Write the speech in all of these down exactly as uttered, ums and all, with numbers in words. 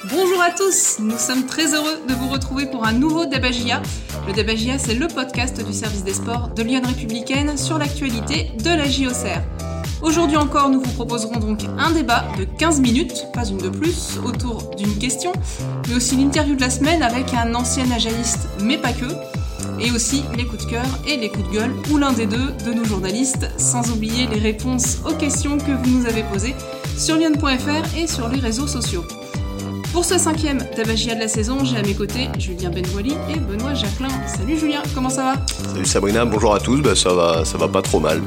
Bonjour à tous, nous sommes très heureux de vous retrouver pour un nouveau Debagia. Le Debagia, c'est le podcast du service des sports de Lyon Républicaine sur l'actualité de la J O C R. Aujourd'hui encore, nous vous proposerons donc un débat de quinze minutes, pas une de plus, autour d'une question, mais aussi l'interview de la semaine avec un ancien ajaïste, mais pas que, et aussi les coups de cœur et les coups de gueule, ou l'un des deux de nos journalistes, sans oublier les réponses aux questions que vous nous avez posées sur lyon point f r et sur les réseaux sociaux. Pour ce cinquième Debagia de la saison, j'ai à mes côtés Julien Benwali et Benoît Jacquelin. Salut Julien, comment ça va ? Salut Sabrina, bonjour à tous, bah ça va, ça va pas trop mal.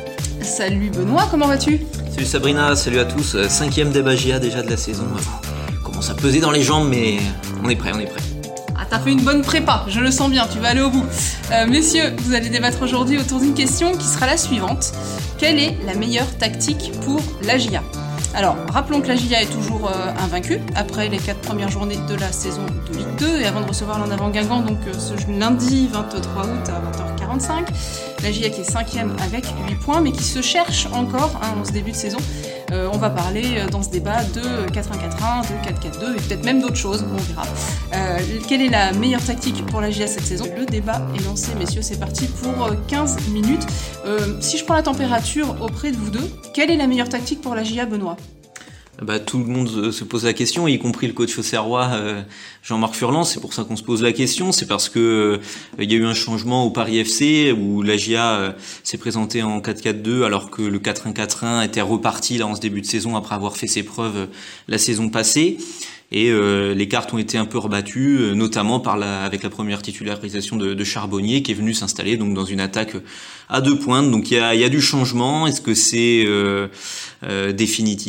Salut Benoît, comment vas-tu ? Salut Sabrina, salut à tous, cinquième Debagia déjà de la saison. Commence à peser dans les jambes, mais on est prêt, on est prêt. Ah, t'as fait une bonne prépa, je le sens bien, tu vas aller au bout. Euh, messieurs, vous allez débattre aujourd'hui autour d'une question qui sera la suivante. Quelle est la meilleure tactique pour l'A J A ? Alors, rappelons que l'A J A est toujours euh, invaincue après les quatre premières journées de la saison de Ligue deux et avant de recevoir l'en avant Guingamp, donc euh, ce lundi vingt-trois août à vingt heures quarante-cinq. L'A J A qui est cinquième avec huit points, mais qui se cherche encore hein, en ce début de saison. Euh, on va parler euh, dans ce débat de quatre un quatre un, de quatre quatre deux et peut-être même d'autres choses, on verra. Euh, quelle est la meilleure tactique pour l'A J A cette saison ? Le débat est lancé, messieurs, c'est parti pour euh, quinze minutes. Euh, si je prends la température auprès de vous deux, quelle est la meilleure tactique pour l'A J A, Benoît ? Bah, tout le monde se pose la question, y compris le coach auxerrois euh, Jean-Marc Furlan. C'est pour ça qu'on se pose la question. C'est parce que euh, il y a eu un changement au Paris F C où l'A J A euh, s'est présenté en quatre quatre deux alors que le quatre un quatre un était reparti là en ce début de saison après avoir fait ses preuves euh, la saison passée. Et euh, les cartes ont été un peu rebattues, euh, notamment par la, avec la première titularisation de, de Charbonnier qui est venu s'installer donc dans une attaque à deux pointes. Donc il y a, il y a du changement. Est-ce que c'est euh, euh, définitif ?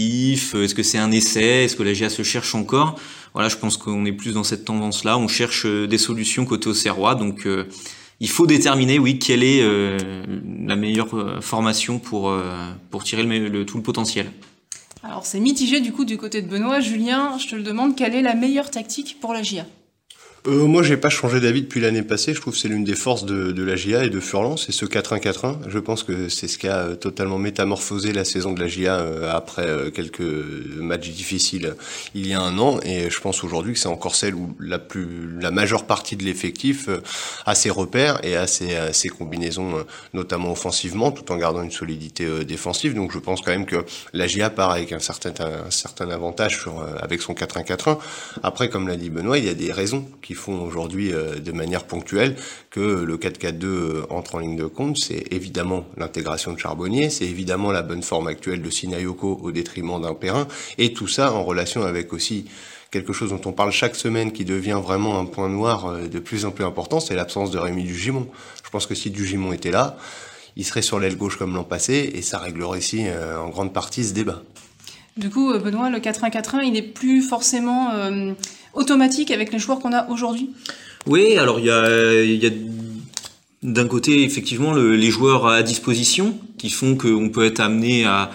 Est-ce que c'est un essai ? Est-ce que la J A se cherche encore ? Voilà, je pense qu'on est plus dans cette tendance-là. On cherche des solutions côté auxerrois. Donc euh, il faut déterminer, oui, quelle est euh, la meilleure euh, formation pour euh, pour tirer le, le tout le potentiel. Alors c'est mitigé du coup du côté de Benoît. Julien, je te le demande, quelle est la meilleure tactique pour l'A J A ? Euh, moi, j'ai pas changé d'avis depuis l'année passée. Je trouve que c'est l'une des forces de, de l'A J A et de Furlan, c'est ce quatre un quatre un. Je pense que c'est ce qui a totalement métamorphosé la saison de l'A J A euh, après euh, quelques matchs difficiles il y a un an. Et je pense aujourd'hui que c'est encore celle où la plus, la majeure partie de l'effectif euh, a ses repères et a ses, a ses combinaisons, euh, notamment offensivement, tout en gardant une solidité euh, défensive. Donc, je pense quand même que l'A J A part avec un certain, un certain avantage sur, euh, avec son quatre un quatre un. Après, comme l'a dit Benoît, il y a des raisons qui font aujourd'hui euh, de manière ponctuelle que le quatre quatre deux euh, entre en ligne de compte. C'est évidemment l'intégration de Charbonnier, c'est évidemment la bonne forme actuelle de Sinayoko au détriment d'un Perrin, et tout ça en relation avec aussi quelque chose dont on parle chaque semaine qui devient vraiment un point noir euh, de plus en plus important, c'est l'absence de Rémi Dugimon. Je pense que si Dugimon était là, il serait sur l'aile gauche comme l'an passé, et ça réglerait ici euh, en grande partie ce débat. Du coup, Benoît, le quatre un quatre un, il n'est plus forcément euh, automatique avec les joueurs qu'on a aujourd'hui ? Oui, alors il y a, il y a d'un côté effectivement le, les joueurs à disposition qui font qu'on peut être amené à,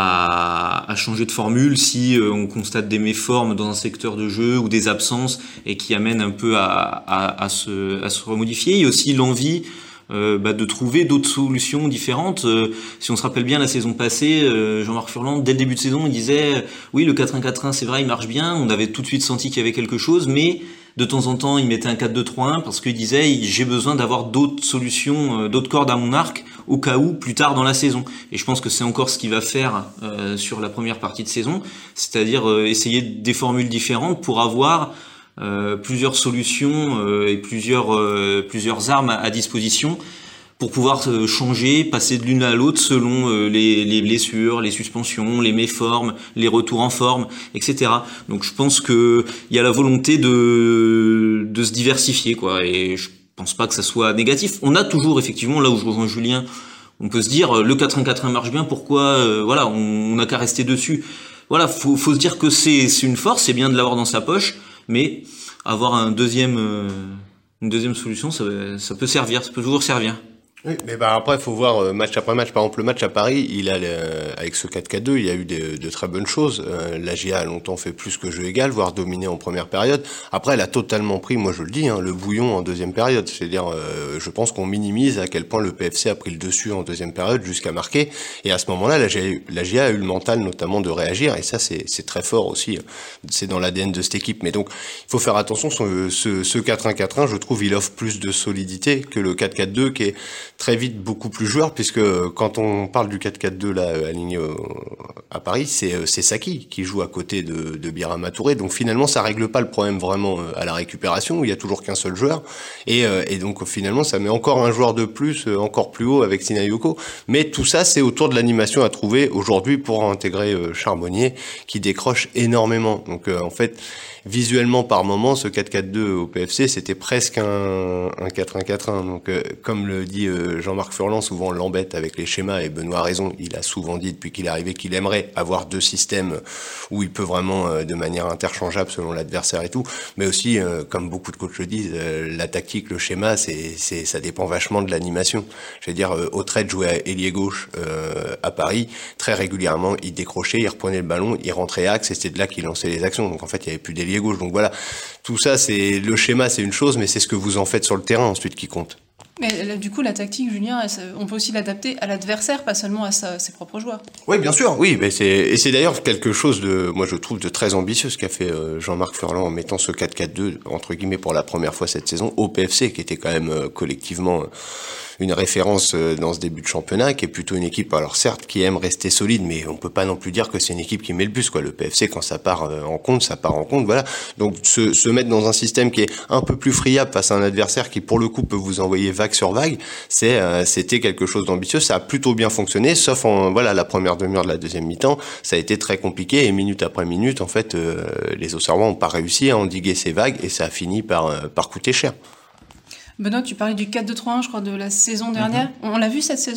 à, à changer de formule si euh, on constate des méformes dans un secteur de jeu ou des absences et qui amènent un peu à, à, à, se, à se remodifier. Il y a aussi l'envie Euh, bah, de trouver d'autres solutions différentes. Euh, si on se rappelle bien la saison passée, euh, Jean-Marc Furlan, dès le début de saison, il disait euh, oui, le quatre un quatre un, c'est vrai, il marche bien. On avait tout de suite senti qu'il y avait quelque chose, mais de temps en temps, il mettait un quatre deux trois un parce qu'il disait j'ai besoin d'avoir d'autres solutions, euh, d'autres cordes à mon arc au cas où plus tard dans la saison. Et je pense que c'est encore ce qu'il va faire euh, sur la première partie de saison, c'est-à-dire euh, essayer des formules différentes pour avoir Euh, plusieurs solutions euh, et plusieurs euh, plusieurs armes à, à disposition pour pouvoir euh, changer, passer de l'une à l'autre selon euh, les, les blessures, les suspensions, les méformes, les retours en forme, et cetera. Donc je pense que il y a la volonté de de se diversifier, quoi. Et je pense pas que ça soit négatif. On a toujours effectivement, là où je rejoins Julien, on peut se dire le quatre un quatre un marche bien, pourquoi euh, voilà, on n'a qu'à rester dessus. Voilà, faut faut se dire que c'est c'est une force, c'est bien de l'avoir dans sa poche. Mais avoir un deuxième, euh, une deuxième solution, ça, ça peut servir, ça peut toujours servir. Oui, mais bah après, il faut voir euh, match après match. Par exemple, le match à Paris, il a le- avec ce quatre quatre deux, il y a eu des- de très bonnes choses. Euh, la G A a longtemps fait plus que jeu égal, voire dominé en première période. Après, elle a totalement pris, moi je le dis, hein, le bouillon en deuxième période. C'est-à-dire, euh, je pense qu'on minimise à quel point le P F C a pris le dessus en deuxième période jusqu'à marquer. Et à ce moment-là, la G A, a eu- la G A a eu le mental notamment de réagir. Et ça, c'est c'est très fort aussi. C'est dans l'A D N de cette équipe. Mais donc, il faut faire attention. Ce, ce, ce quatre un quatre un, je trouve, il offre plus de solidité que le quatre quatre deux, qui est très vite beaucoup plus joueur, puisque quand on parle du quatre quatre deux là aligné au, à Paris, c'est c'est Saki qui joue à côté de, de Birama Touré. Donc finalement, ça règle pas le problème vraiment à la récupération, où il y a toujours qu'un seul joueur. Et, et donc finalement, ça met encore un joueur de plus, encore plus haut avec Sinayoko. Mais tout ça, c'est autour de l'animation à trouver aujourd'hui pour intégrer Charbonnier, qui décroche énormément. Donc en fait, visuellement par moment, ce quatre quatre deux au P F C, c'était presque un, un quatre un quatre un. Donc euh, comme le dit euh, Jean-Marc Furlan, souvent on l'embête avec les schémas, et Benoît a raison, il a souvent dit depuis qu'il est arrivé qu'il aimerait avoir deux systèmes où il peut vraiment euh, de manière interchangeable selon l'adversaire et tout, mais aussi euh, comme beaucoup de coachs le disent, euh, la tactique, le schéma, c'est, c'est ça dépend vachement de l'animation. Je veux dire, euh, Autrette jouait à ailier gauche euh, à Paris, très régulièrement il décrochait, il reprenait le ballon, il rentrait axe, et c'était de là qu'il lançait les actions. Donc en fait il y avait plus d'ailier gauche. Donc voilà, tout ça, c'est le schéma, c'est une chose, mais c'est ce que vous en faites sur le terrain ensuite qui compte. Mais là, du coup, la tactique, Julien, elle, on peut aussi l'adapter à l'adversaire, pas seulement à sa, ses propres joueurs. Oui, bien sûr, oui, mais c'est et c'est d'ailleurs quelque chose de, moi je trouve, de très ambitieux ce qu'a fait euh, Jean-Marc Furlan en mettant ce quatre quatre deux entre guillemets pour la première fois cette saison au P F C, qui était quand même euh, collectivement euh, une référence euh, dans ce début de championnat, qui est plutôt une équipe, alors certes, qui aime rester solide, mais on peut pas non plus dire que c'est une équipe qui met le bus, quoi. Le P F C, quand ça part euh, en compte, ça part en compte, voilà. Donc se, se mettre dans un système qui est un peu plus friable face à un adversaire qui, pour le coup, peut vous envoyer vague sur vague, c'est euh, c'était quelque chose d'ambitieux. Ça a plutôt bien fonctionné, sauf en voilà la première demi-heure de la deuxième mi-temps, ça a été très compliqué, et minute après minute, en fait, euh, les Auxerrois ont pas réussi à endiguer ces vagues, et ça a fini par euh, par coûter cher. Benoît, tu parlais du quatre deux trois un, je crois, de la saison dernière. Mm-hmm. On l'a vu cette saison ?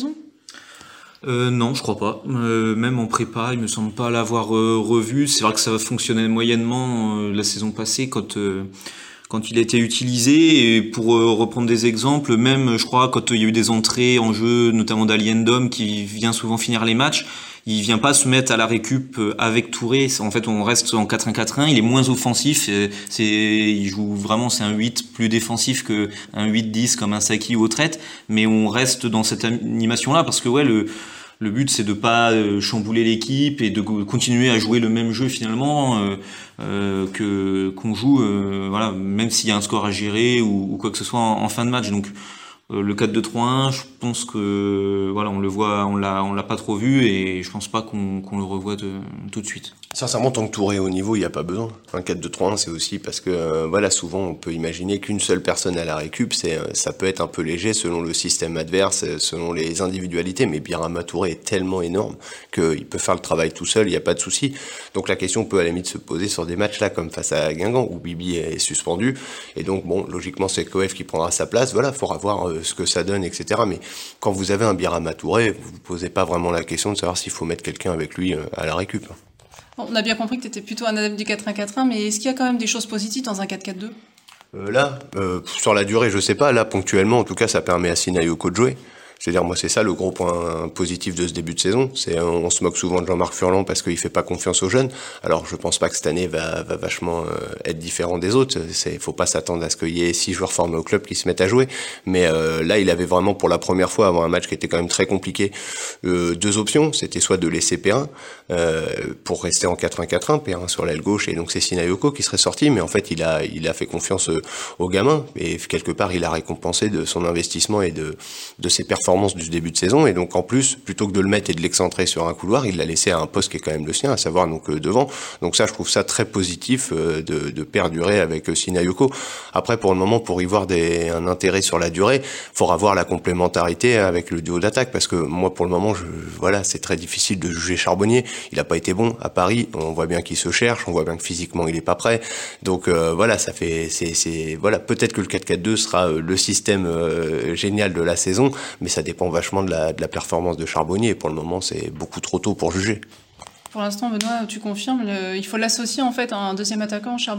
Euh, non, je crois pas. Euh, même en prépa, il me semble pas l'avoir euh, revu. C'est vrai que ça fonctionnait moyennement euh, la saison passée quand euh, quand il a été utilisé. Et pour euh, reprendre des exemples, même je crois quand il y a eu des entrées en jeu, notamment d'Aliendom qui vient souvent finir les matchs, il vient pas se mettre à la récup avec Touré. En fait, on reste en quatre un quatre un. Il est moins offensif. C'est, il joue vraiment, c'est un huit plus défensif que un huit dix comme un Saki ou Autrette. Mais on reste dans cette animation-là parce que ouais, le, le but c'est de pas chambouler l'équipe et de continuer à jouer le même jeu finalement euh, euh, que qu'on joue. Euh, voilà, même s'il y a un score à gérer ou, ou quoi que ce soit en, en fin de match. Donc le quatre deux trois un, je pense que voilà, on le voit, on l'a, on l'a pas trop vu et je pense pas qu'on, qu'on le revoit de, tout de suite. Sincèrement, tant que Touré est au niveau, il n'y a pas besoin. Un quatre deux trois un, c'est aussi parce que euh, voilà, souvent on peut imaginer qu'une seule personne à la récup, c'est euh, ça peut être un peu léger selon le système adverse, selon les individualités. Mais Birama Touré est tellement énorme qu'il peut faire le travail tout seul, il n'y a pas de souci. Donc la question peut à la limite se poser sur des matchs là comme face à Guingamp où Bibi est suspendu et donc bon, logiquement c'est Koef qui prendra sa place. Voilà, faudra voir euh, ce que ça donne, et cetera. Mais quand vous avez un Birama Touré, vous vous posez pas vraiment la question de savoir s'il faut mettre quelqu'un avec lui euh, à la récup. Bon, on a bien compris que tu étais plutôt un adepte du quatre un quatre un, mais est-ce qu'il y a quand même des choses positives dans un quatre quatre deux ? euh, Là, euh, sur la durée, je sais pas. Là, ponctuellement, en tout cas, ça permet à Sinayoko de jouer. C'est-à-dire, moi, c'est ça le gros point positif de ce début de saison. C'est, on se moque souvent de Jean-Marc Furlan parce qu'il fait pas confiance aux jeunes. Alors, je pense pas que cette année va, va vachement euh, être différent des autres. C'est, faut pas s'attendre à ce qu'il y ait six joueurs formés au club qui se mettent à jouer. Mais euh, là, il avait vraiment pour la première fois, avant un match qui était quand même très compliqué, euh, deux options. C'était soit de laisser Perrin euh, pour rester en quatre un quatre un, Perrin sur l'aile gauche, et donc c'est Sinayoko qui serait sorti. Mais en fait, il a, il a fait confiance aux gamins et quelque part, il a récompensé de son investissement et de, de ses performances du début de saison, et donc en plus, plutôt que de le mettre et de l'excentrer sur un couloir, il l'a laissé à un poste qui est quand même le sien, à savoir donc euh, devant. Donc ça, je trouve ça très positif euh, de, de perdurer avec euh, Sinayoko. Après, pour le moment, pour y voir des, un intérêt sur la durée, faudra voir la complémentarité avec le duo d'attaque, parce que moi, pour le moment, je, voilà, c'est très difficile de juger Charbonnier. Il a pas été bon à Paris. On voit bien qu'il se cherche, on voit bien que physiquement, il est pas prêt. Donc euh, voilà, ça fait, c'est, c'est, voilà, peut-être que le quatre quatre deux sera euh, le système euh, génial de la saison, mais ça dépend vachement de la, de la performance de Charbonnier, et pour le moment c'est beaucoup trop tôt pour juger. Pour l'instant, Benoît, tu confirmes, le, il faut l'associer en fait à un deuxième attaquant, Charbonnier ?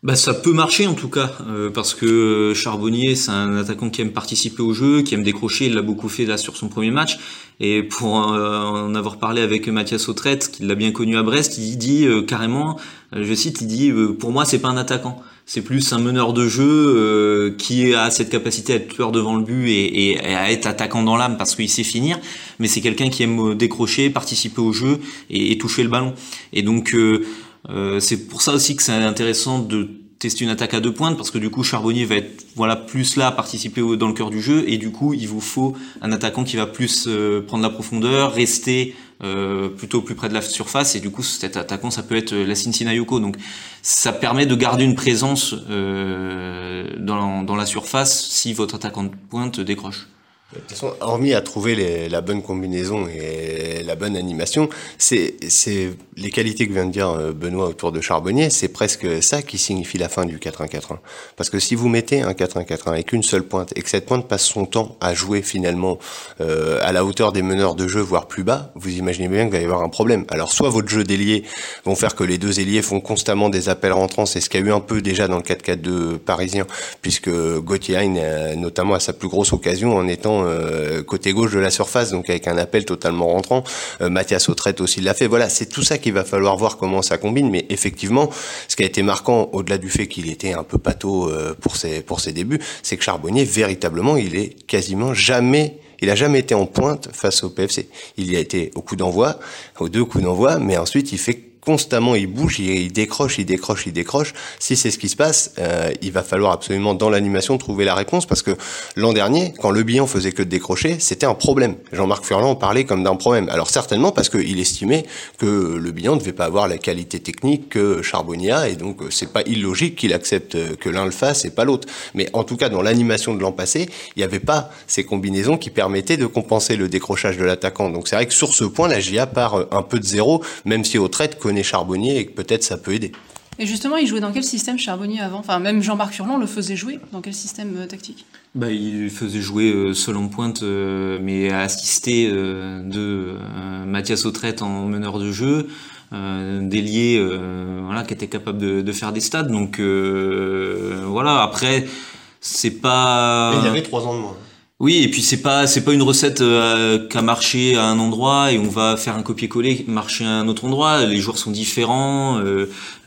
Bah ça peut marcher en tout cas, euh, parce que Charbonnier c'est un attaquant qui aime participer au jeu, qui aime décrocher, il l'a beaucoup fait là sur son premier match, et pour euh, en avoir parlé avec Mathias Autrette, qui l'a bien connu à Brest, il dit euh, carrément, euh, je cite, il dit euh, pour moi c'est pas un attaquant, c'est plus un meneur de jeu euh, qui a cette capacité à être tueur devant le but et, et, et à être attaquant dans l'âme parce qu'il sait finir, mais c'est quelqu'un qui aime décrocher, participer au jeu et, et toucher le ballon, et donc euh, Euh, c'est pour ça aussi que c'est intéressant de tester une attaque à deux pointes, parce que du coup Charbonnier va être voilà plus là à participer au, dans le cœur du jeu, et du coup il vous faut un attaquant qui va plus euh, prendre la profondeur, rester euh, plutôt plus près de la surface, et du coup cet attaquant ça peut être Lassine Sinayoko, donc ça permet de garder une présence euh, dans, dans la surface si votre attaquant de pointe décroche. De toute façon, hormis à trouver les, la bonne combinaison et la bonne animation, c'est, c'est les qualités que vient de dire Benoît autour de Charbonnier, c'est presque ça qui signifie la fin du quatre un quatre un. Parce que si vous mettez un quatre un quatre un avec une seule pointe et que cette pointe passe son temps à jouer finalement euh, à la hauteur des meneurs de jeu, voire plus bas, vous imaginez bien qu'il va y avoir un problème. Alors soit votre jeu d'ailier vont faire que les deux ailiers font constamment des appels rentrants, c'est ce qu'il y a eu un peu déjà dans le quatre quatre deux parisien, puisque Gauthier Hein, notamment à sa plus grosse occasion en étant Euh, côté gauche de la surface, donc avec un appel totalement rentrant. Euh, Mathias Autrette aussi l'a fait. Voilà, c'est tout ça qu'il va falloir voir comment ça combine. Mais effectivement, ce qui a été marquant, au-delà du fait qu'il était un peu pâteau euh, pour ses pour ses débuts, c'est que Charbonnier, véritablement, il est quasiment jamais Il a jamais été en pointe face au P F C. Il y a été au coup d'envoi, aux deux coups d'envoi, mais ensuite il fait constamment, il bouge, il, il décroche, il décroche, il décroche. Si c'est ce qui se passe, euh, il va falloir absolument dans l'animation trouver la réponse, parce que l'an dernier, quand Le Bihan faisait que de décrocher, c'était un problème. Jean-Marc Furlan en parlait comme d'un problème. Alors certainement parce qu'il estimait que Le Bihan ne devait pas avoir la qualité technique que Charbonnier a, et donc c'est pas illogique qu'il accepte que l'un le fasse et pas l'autre. Mais en tout cas, dans l'animation de l'an passé, il n'y avait pas ces combinaisons qui permettaient de compenser le décrochage de l'attaquant. Donc c'est vrai que sur ce point, la J A part un peu de zéro, même si Autrette connaît Charbonnier et que peut-être ça peut aider. Et justement, il jouait dans quel système Charbonnier avant ? Enfin, même Jean-Marc Furlan le faisait jouer dans quel système euh, tactique ? Bah, il faisait jouer euh, seul en pointe, euh, mais assisté euh, de euh, Mathias Autrette en meneur de jeu, euh, d'ailier euh, voilà, qui était capable de, de faire des stades. Donc euh, voilà. Après, c'est pas. Mais il y avait trois ans de moins. Oui, et puis c'est pas c'est pas une recette euh, qui a marché à un endroit et on va faire un copier-coller marcher à un autre endroit. Les joueurs sont différents, euh,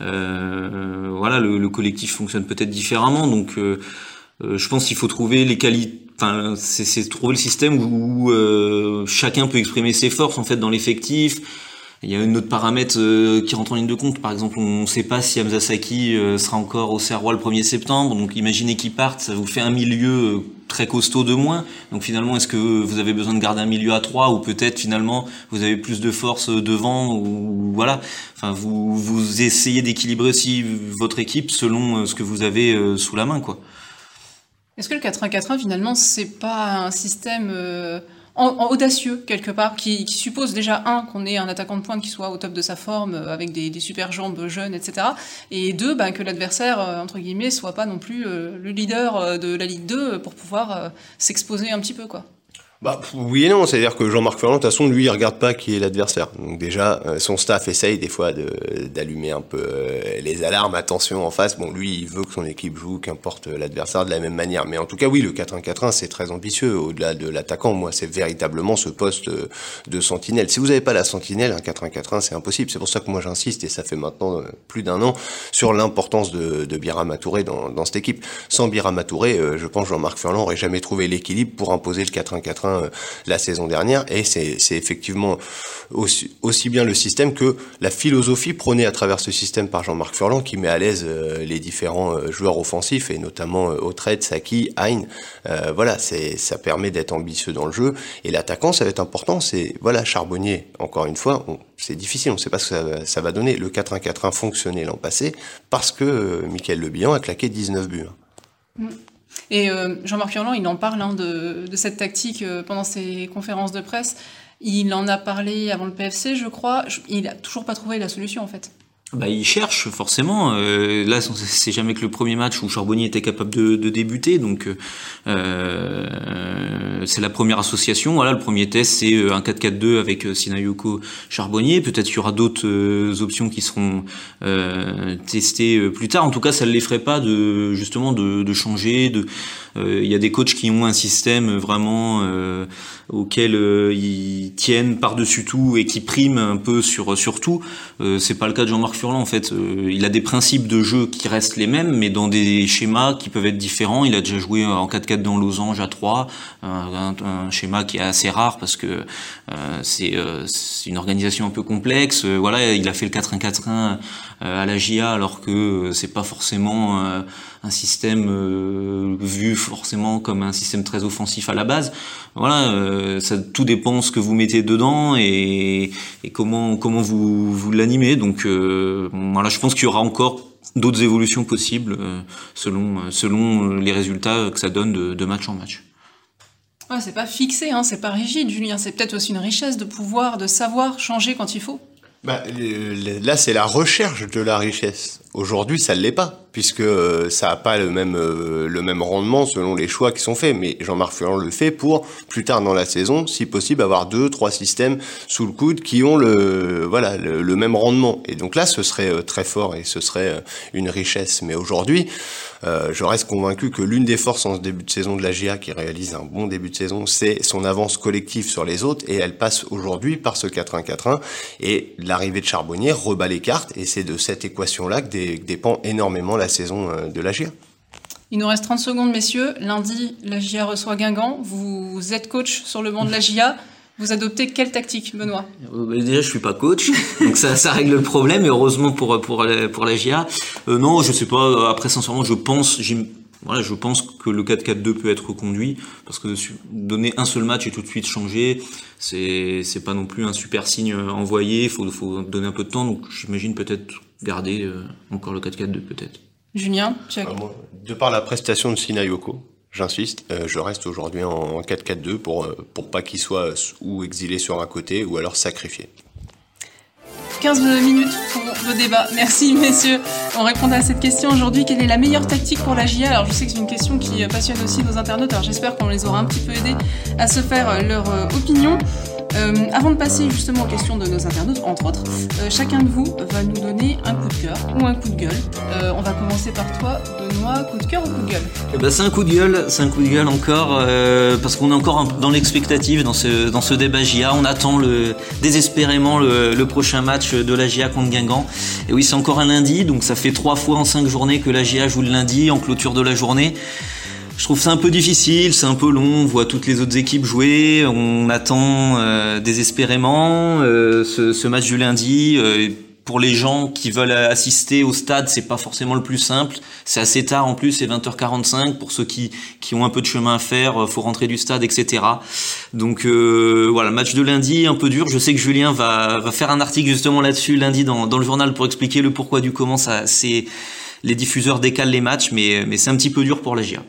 euh, voilà, le, le collectif fonctionne peut-être différemment. Donc, euh, euh, je pense qu'il faut trouver les qualités. Enfin, c'est, c'est trouver le système où, où euh, chacun peut exprimer ses forces en fait dans l'effectif. Il y a un autre paramètre euh, qui rentre en ligne de compte. Par exemple, on ne sait pas si Hamza Saki euh, sera encore au Serrois le premier septembre. Donc, imaginez qu'il parte, ça vous fait un milieu euh, très costaud de moins. Donc, finalement, est-ce que vous avez besoin de garder un milieu à trois, ou peut-être finalement vous avez plus de force devant, ou voilà. Enfin, vous vous essayez d'équilibrer aussi votre équipe selon euh, ce que vous avez euh, sous la main, quoi. Est-ce que le quatre un quatre un finalement c'est pas un système euh... En, en audacieux quelque part, qui, qui suppose déjà un qu'on ait un attaquant de pointe qui soit au top de sa forme, euh, avec des, des super jambes jeunes, et cetera. Et deux, bah, que l'adversaire euh, entre guillemets soit pas non plus euh, le leader euh, de la Ligue deux pour pouvoir euh, s'exposer un petit peu, quoi. Bah oui et non, c'est-à-dire que Jean-Marc Furlan, de toute façon, lui, il regarde pas qui est l'adversaire. Donc déjà, euh, son staff essaye des fois de, d'allumer un peu euh, les alarmes, attention en face. Bon, lui, il veut que son équipe joue, qu'importe l'adversaire, de la même manière. Mais en tout cas, oui, le quatre un quatre un, c'est très ambitieux. Au-delà de l'attaquant, moi, c'est véritablement ce poste de sentinelle. Si vous n'avez pas la sentinelle, un quatre un quatre un, c'est impossible. C'est pour ça que moi, j'insiste, et ça fait maintenant plus d'un an, sur l'importance de, de Birama Touré dans, dans cette équipe. Sans Birama Touré, euh, je pense que Jean-Marc Furlan n'aurait jamais trouvé l'équilibre pour imposer le quatre un quatre un la saison dernière, et c'est, c'est effectivement aussi, aussi bien le système que la philosophie prônée à travers ce système par Jean-Marc Furlan, qui met à l'aise euh, les différents euh, joueurs offensifs, et notamment euh, Autrette, Saki, Hein. Euh, voilà, c'est, ça permet d'être ambitieux dans le jeu, et l'attaquant, ça va être important. C'est voilà, Charbonnier, encore une fois, on, c'est difficile, on ne sait pas ce que ça, ça va donner. Le quatre un quatre un fonctionnait l'an passé parce que euh, Mickaël Le Bihan a claqué dix-neuf buts. Mmh. Et euh, Jean-Marc Furlan, il en parle hein, de, de cette tactique euh, pendant ses conférences de presse. Il en a parlé avant le P F C, je crois. Il n'a toujours pas trouvé la solution, en fait. Bah, il cherche forcément. Euh, là, c'est jamais que le premier match où Charbonnier était capable de, de débuter, donc euh, c'est la première association. Voilà, le premier test, c'est un quatre quatre deux avec Sinayoko Charbonnier. Peut-être qu'il y aura d'autres euh, options qui seront euh, testées plus tard. En tout cas, ça ne l'effraie pas de justement de, de changer. De, euh, il y a des coachs qui ont un système vraiment euh, auquel euh, ils tiennent par-dessus tout et qui priment un peu sur sur tout. Euh, c'est pas le cas de Jean-Marc Furlan, en fait. Euh, il a des principes de jeu qui restent les mêmes, mais dans des schémas qui peuvent être différents. Il a déjà joué en quatre quatre dans Losange à trois, un, un, un schéma qui est assez rare parce que euh, c'est, euh, c'est une organisation un peu complexe. Euh, voilà, il a fait le quatre un quatre un euh, à la J A, alors que euh, c'est pas forcément euh, un système euh, vu forcément comme un système très offensif à la base. Voilà, euh, ça tout dépend ce que vous mettez dedans et, et comment comment vous vous l'animez. Donc euh, voilà, je pense qu'il y aura encore d'autres évolutions possibles euh, selon selon les résultats que ça donne de, de match en match. Ouais, c'est pas fixé, hein, c'est pas rigide, Julien. C'est peut-être aussi une richesse de pouvoir, de savoir changer quand il faut. Bah, là, c'est la recherche de la richesse. Aujourd'hui, ça ne l'est pas, puisque euh, ça n'a pas le même, euh, le même rendement selon les choix qui sont faits. Mais Jean-Marc Furlan le fait pour, plus tard dans la saison, si possible, avoir deux, trois systèmes sous le coude qui ont le, voilà, le, le même rendement. Et donc là, ce serait euh, très fort et ce serait euh, une richesse. Mais aujourd'hui, euh, je reste convaincu que l'une des forces en ce début de saison de la J A, qui réalise un bon début de saison, c'est son avance collective sur les autres. Et elle passe aujourd'hui par ce quatre un quatre un. Et l'arrivée de Charbonnier rebat les cartes. Et c'est de cette équation-là que des dépend énormément la saison de la J A. Il nous reste trente secondes, messieurs. Lundi, la J A reçoit Guingamp. Vous êtes coach sur le banc de la J A. Vous adoptez quelle tactique, Benoît ? euh, Déjà, je suis pas coach, donc ça, ça règle le problème. Et heureusement pour pour la, pour la J A. Euh, non, je sais pas. Après, sincèrement, je pense, j'ai, voilà, je pense que le quatre quatre deux peut être reconduit parce que donner un seul match et tout de suite changer, c'est c'est pas non plus un super signe envoyé. Il faut faut donner un peu de temps. Donc, j'imagine peut-être garder euh, encore le quatre quatre deux peut-être. Julien, tu as... euh, moi, de par la prestation de Sinayoko, j'insiste, euh, je reste aujourd'hui en, en quatre quatre deux pour euh, pour pas qu'il soit ou exilé sur un côté ou alors sacrifié. quinze minutes pour le débat. Merci, messieurs. On répondait à cette question aujourd'hui. Quelle est la meilleure tactique pour la J A ? Alors, je sais que c'est une question qui passionne aussi nos internautes. Alors, j'espère qu'on les aura un petit peu aidés à se faire leur euh, opinion. Euh, avant de passer justement aux questions de nos internautes, entre autres, euh, chacun de vous va nous donner un coup de cœur ou un coup de gueule. Euh, on va commencer par toi, Benoît. Coup de cœur ou coup de gueule ? Eh ben, c'est un coup de gueule, c'est un coup de gueule encore, euh, parce qu'on est encore un, dans l'expectative dans ce dans ce débat J A. On attend le désespérément le, le prochain match de la J A contre Guingamp. Et oui, c'est encore un lundi, donc ça fait trois fois en cinq journées que la J A joue le lundi en clôture de la journée. Je trouve ça un peu difficile, c'est un peu long, on voit toutes les autres équipes jouer, on attend euh, désespérément euh, ce, ce match du lundi. Euh, pour les gens qui veulent assister au stade, c'est pas forcément le plus simple, c'est assez tard en plus, c'est vingt heures quarante-cinq, pour ceux qui qui ont un peu de chemin à faire, faut rentrer du stade, et cetera. Donc euh, voilà, match de lundi un peu dur. Je sais que Julien va va faire un article justement là-dessus lundi dans dans le journal pour expliquer le pourquoi du comment ça c'est les diffuseurs décalent les matchs, mais mais c'est un petit peu dur pour la J A.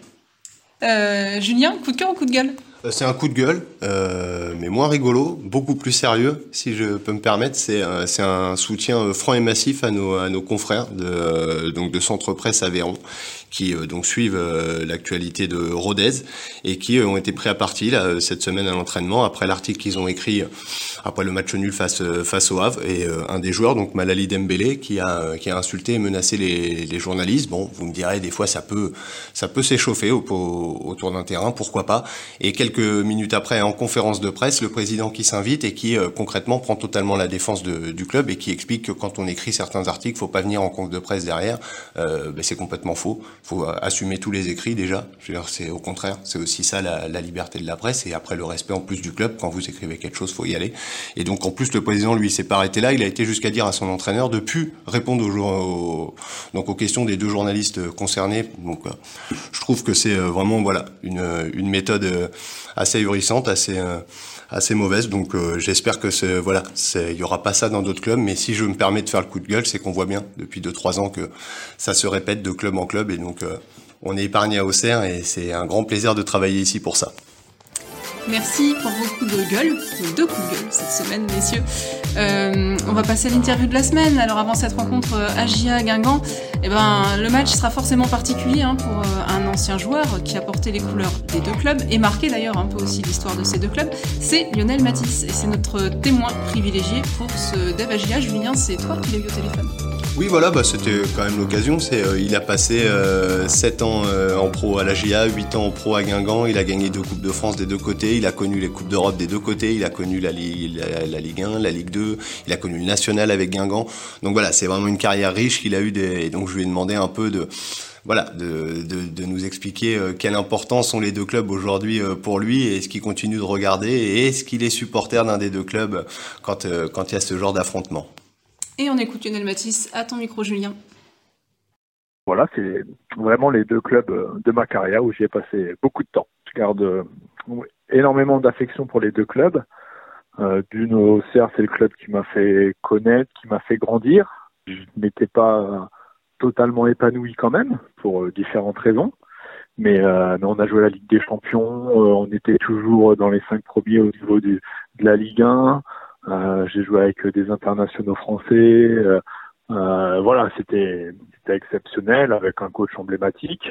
Euh, Julien, coup de cœur ou coup de gueule ? C'est un coup de gueule, euh, mais moins rigolo, beaucoup plus sérieux, si je peux me permettre. C'est un, c'est un soutien franc et massif à nos, à nos confrères de, euh, donc de Centre Presse Aveyron, qui euh, donc suivent euh, l'actualité de Rodez et qui euh, ont été pris à partie là, cette semaine à l'entraînement après l'article qu'ils ont écrit après le match nul face face au Havre, et euh, un des joueurs, donc Malali Dembélé, qui a qui a insulté et menacé les, les journalistes. Bon, vous me direz, des fois ça peut ça peut s'échauffer au, au, autour d'un terrain, pourquoi pas. Et quelques minutes après, en conférence de presse, le président qui s'invite et qui euh, concrètement prend totalement la défense de, du club et qui explique que quand on écrit certains articles, faut pas venir en conf de presse derrière. Euh, ben, c'est complètement faux. Faut assumer tous les écrits déjà. Je veux dire, c'est au contraire, c'est aussi ça la, la liberté de la presse, et après le respect en plus du club. Quand vous écrivez quelque chose, faut y aller. Et donc en plus le président lui s'est pas arrêté là. Il a été jusqu'à dire à son entraîneur de plus répondre aux, aux donc aux questions des deux journalistes concernés. Donc euh, je trouve que c'est euh, vraiment voilà une une méthode euh, assez ahurissante, assez euh, assez mauvaise. Donc euh, j'espère que c'est voilà, c'est il y aura pas ça dans d'autres clubs. Mais si je me permets de faire le coup de gueule, c'est qu'on voit bien depuis deux trois ans que ça se répète de club en club, et donc euh, on est épargné à Auxerre et c'est un grand plaisir de travailler ici pour ça. Merci pour vos coups de gueule, vos deux coups de gueule cette semaine, messieurs. Euh, on va passer à l'interview de la semaine. Alors avant cette rencontre euh, A J A Guingamp, eh ben, le match sera forcément particulier hein, pour euh, un ancien joueur qui a porté les couleurs des deux clubs et marqué d'ailleurs un peu aussi l'histoire de ces deux clubs. C'est Lionel Mathis et c'est notre témoin privilégié pour ce Dev A J A. Julien, c'est toi qui l'as eu au téléphone. Oui, voilà, bah, c'était quand même l'occasion. C'est, euh, il a passé euh, sept ans euh, en pro à l'A J A, huit ans en pro à Guingamp. Il a gagné deux Coupes de France des deux côtés. Il a connu les Coupes d'Europe des deux côtés. Il a connu la, la, la Ligue un, la Ligue deux. Il a connu le National avec Guingamp. Donc voilà, c'est vraiment une carrière riche qu'il a eu. Des... Et donc je lui ai demandé un peu de... Voilà, de, de, de nous expliquer euh, quelle importance ont les deux clubs aujourd'hui euh, pour lui et est-ce qu'il continue de regarder et est-ce qu'il est supporter d'un des deux clubs quand, euh, quand il y a ce genre d'affrontement. Et on écoute Lionel Mathis. À ton micro, Julien. Voilà, c'est vraiment les deux clubs de ma carrière où j'y ai passé beaucoup de temps. Je garde euh, énormément d'affection pour les deux clubs. Euh, d'une, au Auxerre, c'est le club qui m'a fait connaître, qui m'a fait grandir. Je n'étais pas totalement épanoui quand même, pour euh, différentes raisons. Mais, euh, mais on a joué la Ligue des Champions, euh, on était toujours dans les cinq premiers au niveau du, de la Ligue un. Euh, j'ai joué avec des internationaux français. Euh, euh, voilà, c'était, c'était exceptionnel avec un coach emblématique.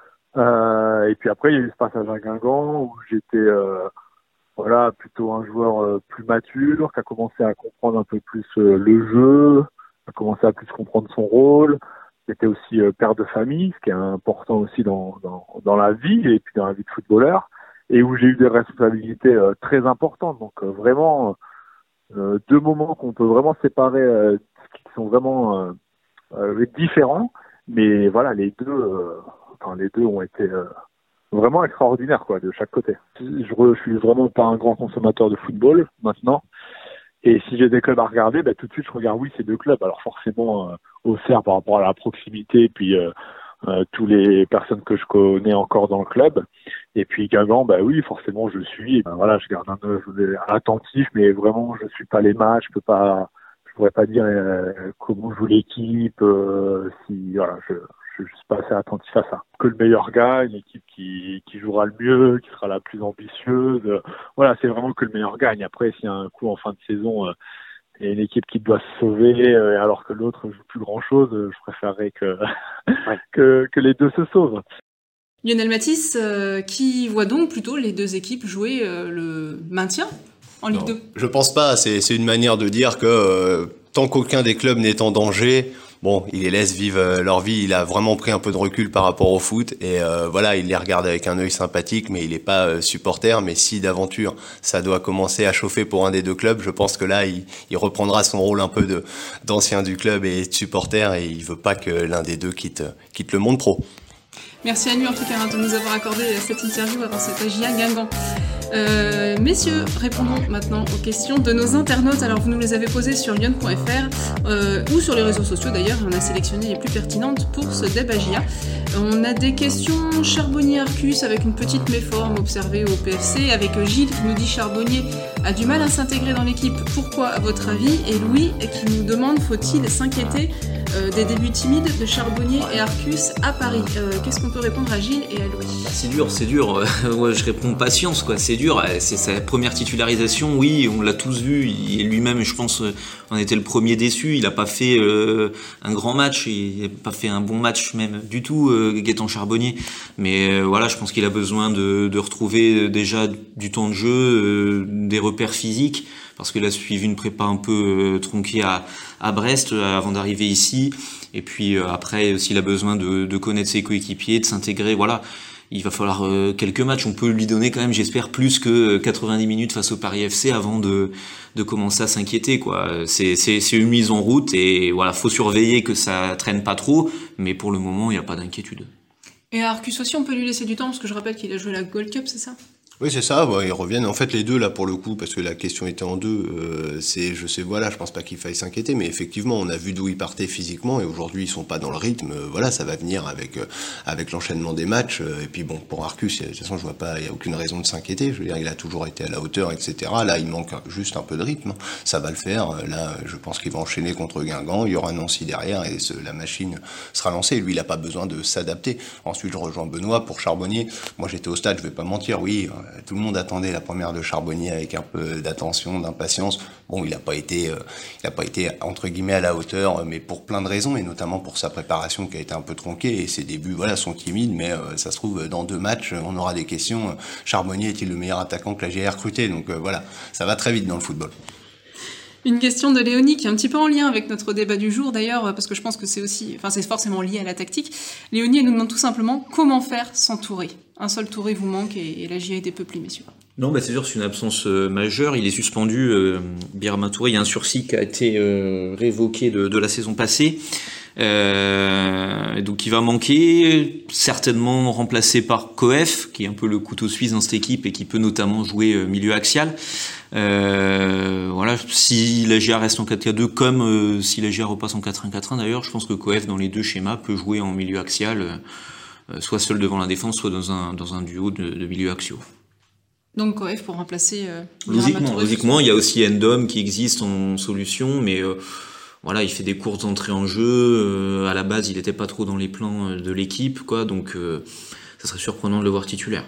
Euh, et puis après, il y a eu ce passage à Guingamp où j'étais euh, voilà plutôt un joueur euh, plus mature, qui a commencé à comprendre un peu plus euh, le jeu, a commencé à plus comprendre son rôle. J'étais aussi euh, père de famille, ce qui est important aussi dans, dans, dans la vie et puis dans la vie de footballeur, et où j'ai eu des responsabilités euh, très importantes. Donc euh, vraiment euh, deux moments qu'on peut vraiment séparer, euh, qui sont vraiment euh, euh, différents, mais voilà, les deux, euh, enfin les deux ont été euh, vraiment extraordinaires quoi, de chaque côté. Je, je suis vraiment pas un grand consommateur de football maintenant. Et si j'ai des clubs à regarder, bah, tout de suite je regarde oui ces deux clubs. Alors forcément euh, Auxerre par rapport à la proximité, puis euh, euh, tous les personnes que je connais encore dans le club. Et puis Guingamp, bah oui forcément je suis. Et ben, voilà, je garde un œil attentif, mais vraiment je suis pas les matchs, je peux pas, je pourrais pas dire euh, comment joue l'équipe. Euh, si voilà, je je suis pas assez attentif à ça. Que le meilleur gagne, l'équipe qui, qui jouera le mieux, qui sera la plus ambitieuse. Euh, voilà, c'est vraiment que le meilleur gagne. Après, s'il y a un coup en fin de saison, euh, et une équipe qui doit se sauver, euh, alors que l'autre joue plus grand-chose, euh, je préférerais que, ouais. que, que les deux se sauvent. Lionel Mathis, euh, qui voit donc plutôt les deux équipes jouer euh, le maintien en Ligue non, deux. Je pense pas. C'est, c'est une manière de dire que euh, tant qu'aucun des clubs n'est en danger, bon, il les laisse vivre leur vie. Il a vraiment pris un peu de recul par rapport au foot et euh, voilà, il les regarde avec un œil sympathique, mais il n'est pas euh, supporter. Mais si d'aventure ça doit commencer à chauffer pour un des deux clubs, je pense que là, il, il reprendra son rôle un peu de d'ancien du club et de supporter et il veut pas que l'un des deux quitte quitte le monde pro. Merci à lui en tout cas de nous avoir accordé cette interview avant cette A J A Guingamp. Euh, messieurs, répondons maintenant aux questions de nos internautes. Alors vous nous les avez posées sur lyon point f r euh, ou sur les réseaux sociaux d'ailleurs. On a sélectionné les plus pertinentes pour ce Dev A J A. On a des questions Charbonnier-Arcus avec une petite méforme observée au P F C, avec Gilles qui nous dit Charbonnier a du mal à s'intégrer dans l'équipe. Pourquoi à votre avis? Et Louis qui nous demande faut-il s'inquiéter euh, des débuts timides de Charbonnier et Arcus à Paris? euh, Qu'est-ce qu'on peut répondre à Gilles et à Louis? C'est dur, c'est dur. Ouais, je réponds patience, quoi. C'est dur. C'est sa première titularisation. Oui, on l'a tous vu. Il, lui-même, je pense, en était le premier déçu. Il a pas fait euh, un grand match. Il a pas fait un bon match même du tout, euh, Gaëtan Charbonnier. Mais euh, voilà, je pense qu'il a besoin de, de retrouver déjà du temps de jeu, euh, des repères physiques, parce qu'il a suivi une prépa un peu euh, tronquée à, à Brest euh, avant d'arriver ici. Et puis euh, après, s'il a besoin de, de connaître ses coéquipiers, de s'intégrer, voilà. Il va falloir euh, quelques matchs. On peut lui donner quand même, j'espère, plus que quatre-vingt-dix minutes face au Paris F C avant de de commencer à s'inquiéter, quoi. C'est c'est c'est une mise en route et voilà, faut surveiller que ça traîne pas trop. Mais pour le moment, il y a pas d'inquiétude. Et à Arcus aussi, on peut lui laisser du temps parce que je rappelle qu'il a joué la Gold Cup, c'est ça? Oui, c'est ça, bah, ils reviennent. En fait, les deux, là, pour le coup, parce que la question était en deux, euh, c'est, je sais, voilà, je pense pas qu'il faille s'inquiéter, mais effectivement, on a vu d'où ils partaient physiquement, et aujourd'hui, ils sont pas dans le rythme, euh, voilà, ça va venir avec, euh, avec l'enchaînement des matchs, euh, et puis bon, pour Arcus, de toute façon, je vois pas, il y a aucune raison de s'inquiéter, je veux dire, il a toujours été à la hauteur, et cetera. Là, il manque juste un peu de rythme, ça va le faire, là, je pense qu'il va enchaîner contre Guingamp, il y aura Nancy derrière, et ce, la machine sera lancée, lui, il a pas besoin de s'adapter. Ensuite, je rejoins Benoît pour Charbonnier, moi, j'étais au stade, je vais pas mentir, oui, tout le monde attendait la première de Charbonnier avec un peu d'attention, d'impatience. Bon, il n'a pas été, euh, il a pas été entre guillemets à la hauteur, mais pour plein de raisons, et notamment pour sa préparation qui a été un peu tronquée. Et ses débuts, voilà, sont timides, mais euh, ça se trouve dans deux matchs, on aura des questions. Charbonnier est-il le meilleur attaquant que la J A recruté? Donc euh, voilà, ça va très vite dans le football. Une question de Léonie qui est un petit peu en lien avec notre débat du jour d'ailleurs, parce que je pense que c'est aussi, enfin c'est forcément lié à la tactique. Léonie, elle nous demande tout simplement comment faire sans Touré. Un seul Touré vous manque et, et la J A est dépeuplée, messieurs. Non, bah c'est sûr, c'est une absence euh, majeure. Il est suspendu, euh, Birama Touré. Il y a un sursis qui a été euh, révoqué de, de la saison passée. Euh, donc il va manquer, certainement remplacé par Coef, qui est un peu le couteau suisse dans cette équipe et qui peut notamment jouer euh, milieu axial. Euh, voilà, si la J A reste en quatre quatre deux, comme euh, si la J A repasse en quatre un quatre un d'ailleurs, je pense que Coef dans les deux schémas peut jouer en milieu axial, euh, soit seul devant la défense, soit dans un dans un duo de, de milieu axiaux. Donc Coef pour remplacer euh, logiquement, logiquement, il y a aussi Endom qui existe en solution, mais euh, voilà, il fait des courtes entrées en jeu. Euh, à la base, il n'était pas trop dans les plans de l'équipe, quoi. Donc, euh, ça serait surprenant de le voir titulaire.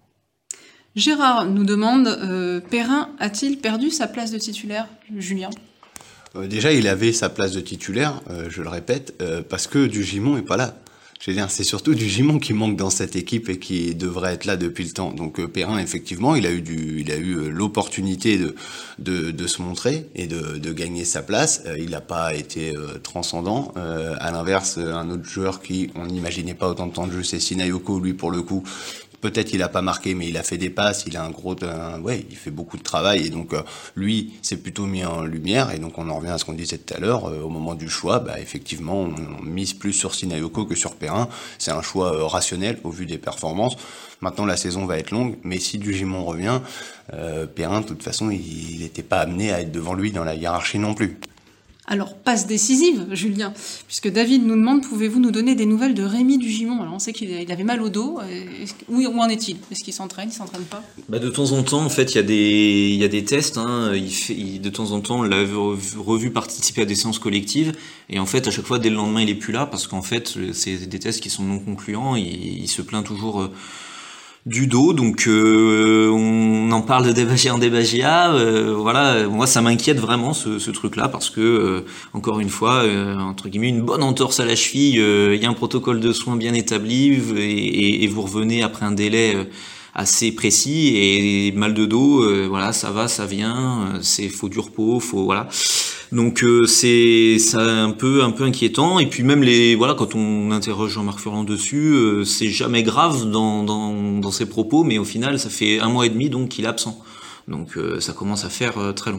Gérard nous demande euh, Perrin a-t-il perdu sa place de titulaire, Julien? euh, Déjà, il avait sa place de titulaire, euh, je le répète, euh, parce que Dugimon est pas là. Je veux dire, c'est surtout Dugimon qui manque dans cette équipe et qui devrait être là depuis le temps. Donc euh, Perrin, effectivement, il a eu du, il a eu euh, l'opportunité de, de de se montrer et de de gagner sa place. Euh, il n'a pas été euh, transcendant. Euh, à l'inverse, un autre joueur qui on n'imaginait pas autant de temps de jeu, c'est Sinayoko. Lui, pour le coup, peut-être il a pas marqué, mais il a fait des passes. Il a un gros, un, ouais, il fait beaucoup de travail et donc euh, lui, c'est plutôt mis en lumière. Et donc on en revient à ce qu'on disait tout à l'heure. Euh, au moment du choix, bah effectivement, on, on mise plus sur Sinayoko que sur Perrin. C'est un choix euh, rationnel au vu des performances. Maintenant, la saison va être longue, mais si Dugimon revient, euh, Perrin, de toute façon, il n'était pas amené à être devant lui dans la hiérarchie non plus. Alors, passe décisive, Julien, puisque David nous demande, pouvez-vous nous donner des nouvelles de Rémi Dugimon? Alors, on sait qu'il avait mal au dos. Où, où en est-il? Est-ce qu'il s'entraîne? Il s'entraîne pas? Bah, de temps en temps, en fait, il y a des, il y a des tests, hein. Il fait, il, de temps en temps, on l'a revu, revu participer à des séances collectives. Et en fait, à chaque fois, dès le lendemain, il est plus là, parce qu'en fait, c'est des tests qui sont non concluants. Il, il se plaint toujours, euh, du dos, donc euh, on en parle de Debagia en Debagia, euh, voilà, moi ça m'inquiète vraiment ce, ce truc-là parce que euh, encore une fois, euh, entre guillemets, une bonne entorse à la cheville, il euh, y a un protocole de soins bien établi et, et, et vous revenez après un délai euh, assez précis et mal de dos, euh, voilà, ça va, ça vient, c'est faut du repos, faut voilà. Donc euh, c'est ça un peu un peu inquiétant et puis même les voilà quand on interroge Jean-Marc Furlan dessus, euh, c'est jamais grave dans dans dans ses propos, mais au final ça fait un mois et demi donc qu'il est absent. Donc euh, ça commence à faire euh, très long.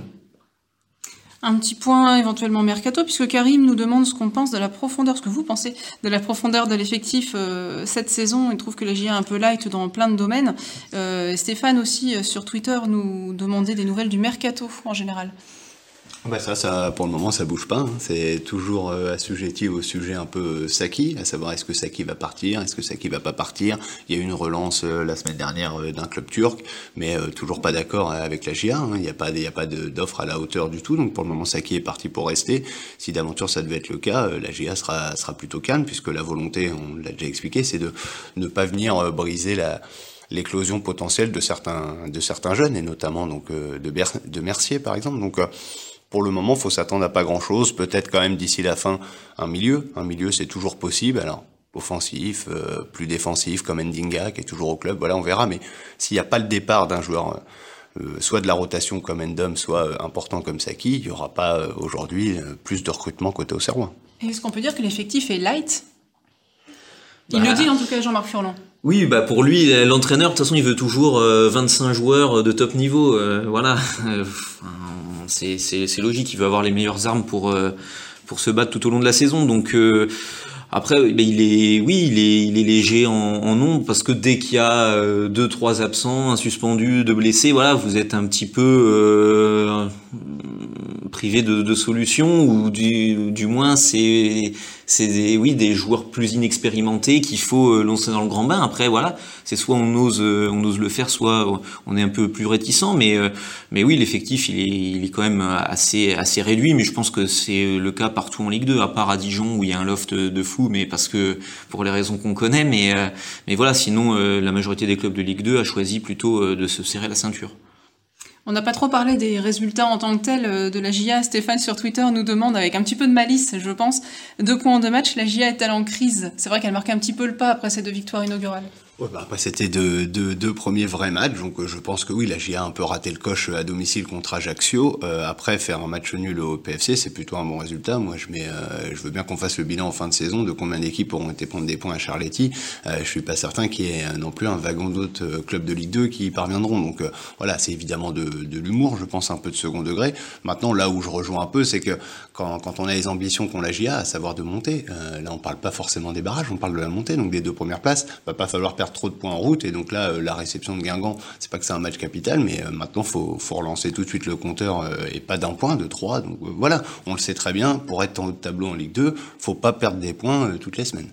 Un petit point éventuellement mercato, puisque Karim nous demande ce qu'on pense de la profondeur, ce que vous pensez de la profondeur de l'effectif euh, cette saison. Il trouve que la J A est un peu light dans plein de domaines. Euh, Stéphane aussi euh, sur Twitter nous demandait des nouvelles du mercato en général. Bah ça, ça, pour le moment, ça bouge pas. Hein. C'est toujours euh, assujetti au sujet un peu euh, Saki, à savoir est-ce que Saki va partir, est-ce que Saki va pas partir. Il y a eu une relance euh, la semaine dernière euh, d'un club turc, mais euh, toujours pas d'accord avec la J A. Hein. Il n'y a pas, il y a pas de, d'offre à la hauteur du tout. Donc pour le moment, Saki est parti pour rester. Si d'aventure ça devait être le cas, euh, la J A sera, sera plutôt calme, puisque la volonté, on l'a déjà expliqué, c'est de ne pas venir euh, briser la l'éclosion potentielle de certains, de certains jeunes, et notamment donc euh, de, Ber- de Mercier par exemple. Donc euh, pour le moment, faut s'attendre à pas grand-chose. Peut-être quand même d'ici la fin, un milieu. Un milieu, c'est toujours possible. Alors, offensif, euh, plus défensif, comme Ndinga, qui est toujours au club. Voilà, on verra. Mais s'il n'y a pas le départ d'un joueur, euh, soit de la rotation comme Ndom, soit euh, important comme Saki, il n'y aura pas euh, aujourd'hui euh, plus de recrutement côté Auxerrois. Et est-ce qu'on peut dire que l'effectif est light? Il bah... le dit en tout cas, Jean-Marc Furlan. Oui, bah pour lui, l'entraîneur, de toute façon, il veut toujours euh, vingt-cinq joueurs de top niveau. Euh, voilà. C'est, c'est, c'est logique, il veut avoir les meilleures armes pour euh, pour se battre tout au long de la saison. Donc euh, après, bah, il est, oui, il est, il est léger en, en nombre parce que dès qu'il y a euh, deux, trois absents, un suspendu, deux blessés, voilà, vous êtes un petit peu euh, privés de, de solutions, ou du, du moins c'est c'est des, oui des joueurs plus inexpérimentés qu'il faut lancer dans le grand bain. Après voilà, c'est soit on ose on ose le faire, soit on est un peu plus réticent, mais mais oui l'effectif il est il est quand même assez assez réduit, mais je pense que c'est le cas partout en Ligue deux, à part à Dijon où il y a un loft de fou, mais parce que pour les raisons qu'on connaît, mais mais voilà, sinon la majorité des clubs de Ligue deux a choisi plutôt de se serrer la ceinture. On n'a pas trop parlé des résultats en tant que tels de la J A. Stéphane sur Twitter nous demande, avec un petit peu de malice, je pense, deux points en deux matchs, la J A est-elle en crise? C'est vrai qu'elle marque un petit peu le pas après ces deux victoires inaugurales. Ouais, bah après c'était deux, deux, deux premiers vrais matchs, donc euh, je pense que oui, la J A a un peu raté le coche à domicile contre Ajaccio. Euh, après faire un match nul au P F C, c'est plutôt un bon résultat. Moi, je mets, euh, je veux bien qu'on fasse le bilan en fin de saison de combien d'équipes auront été prendre des points à Charletti. Euh, je suis pas certain qu'il y ait non plus un wagon d'autres euh, clubs de Ligue deux qui y parviendront. Donc euh, voilà, c'est évidemment de, de l'humour, je pense un peu de second degré. Maintenant, là où je rejoins un peu, c'est que quand, quand on a les ambitions qu'ont la J A, à savoir de monter, euh, là on parle pas forcément des barrages, on parle de la montée, donc des deux premières places. Va pas falloir perdre trop de points en route. Et donc là, euh, la réception de Guingamp, c'est pas que c'est un match capital, mais euh, maintenant, faut, faut relancer tout de suite le compteur, euh, et pas d'un point, de trois. Donc euh, voilà, on le sait très bien, pour être en haut de tableau en Ligue deux, faut pas perdre des points euh, toutes les semaines.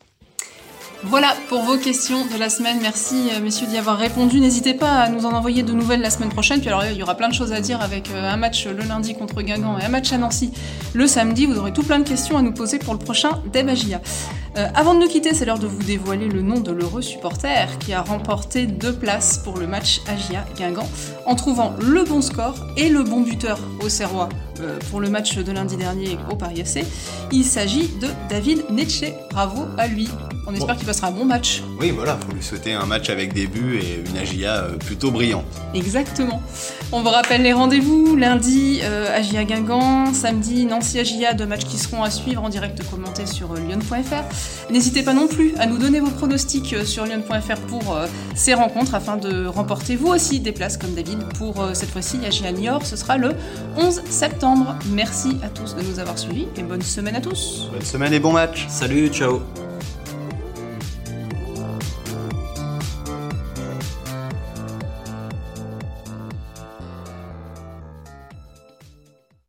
Voilà pour vos questions de la semaine. Merci euh, messieurs d'y avoir répondu. N'hésitez pas à nous en envoyer de nouvelles la semaine prochaine. Puis alors il y aura plein de choses à dire avec euh, un match le lundi contre Guingamp et un match à Nancy le samedi. Vous aurez tout plein de questions à nous poser pour le prochain Débat J A. Euh, avant de nous quitter, c'est l'heure de vous dévoiler le nom de l'heureux supporter qui a remporté deux places pour le match A J A Guingamp en trouvant le bon score et le bon buteur au Serrois euh, pour le match de lundi dernier au Paris F C. Il s'agit de David Netche. Bravo à lui. On espère bon. qu'il passera un bon match. Oui, voilà, faut lui souhaiter un match avec des buts et une A J A plutôt brillante. Exactement. On vous rappelle les rendez-vous. Lundi, euh, A J A Guingamp. Samedi, Nancy A J A. Deux matchs qui seront à suivre en direct commentés sur euh, lyon point f r. N'hésitez pas non plus à nous donner vos pronostics euh, sur lyon point f r pour euh, ces rencontres afin de remporter vous aussi des places comme David pour euh, cette fois-ci A J A Niort. Ce sera le onze septembre. Merci à tous de nous avoir suivis et bonne semaine à tous. Bonne semaine et bon match. Salut, ciao.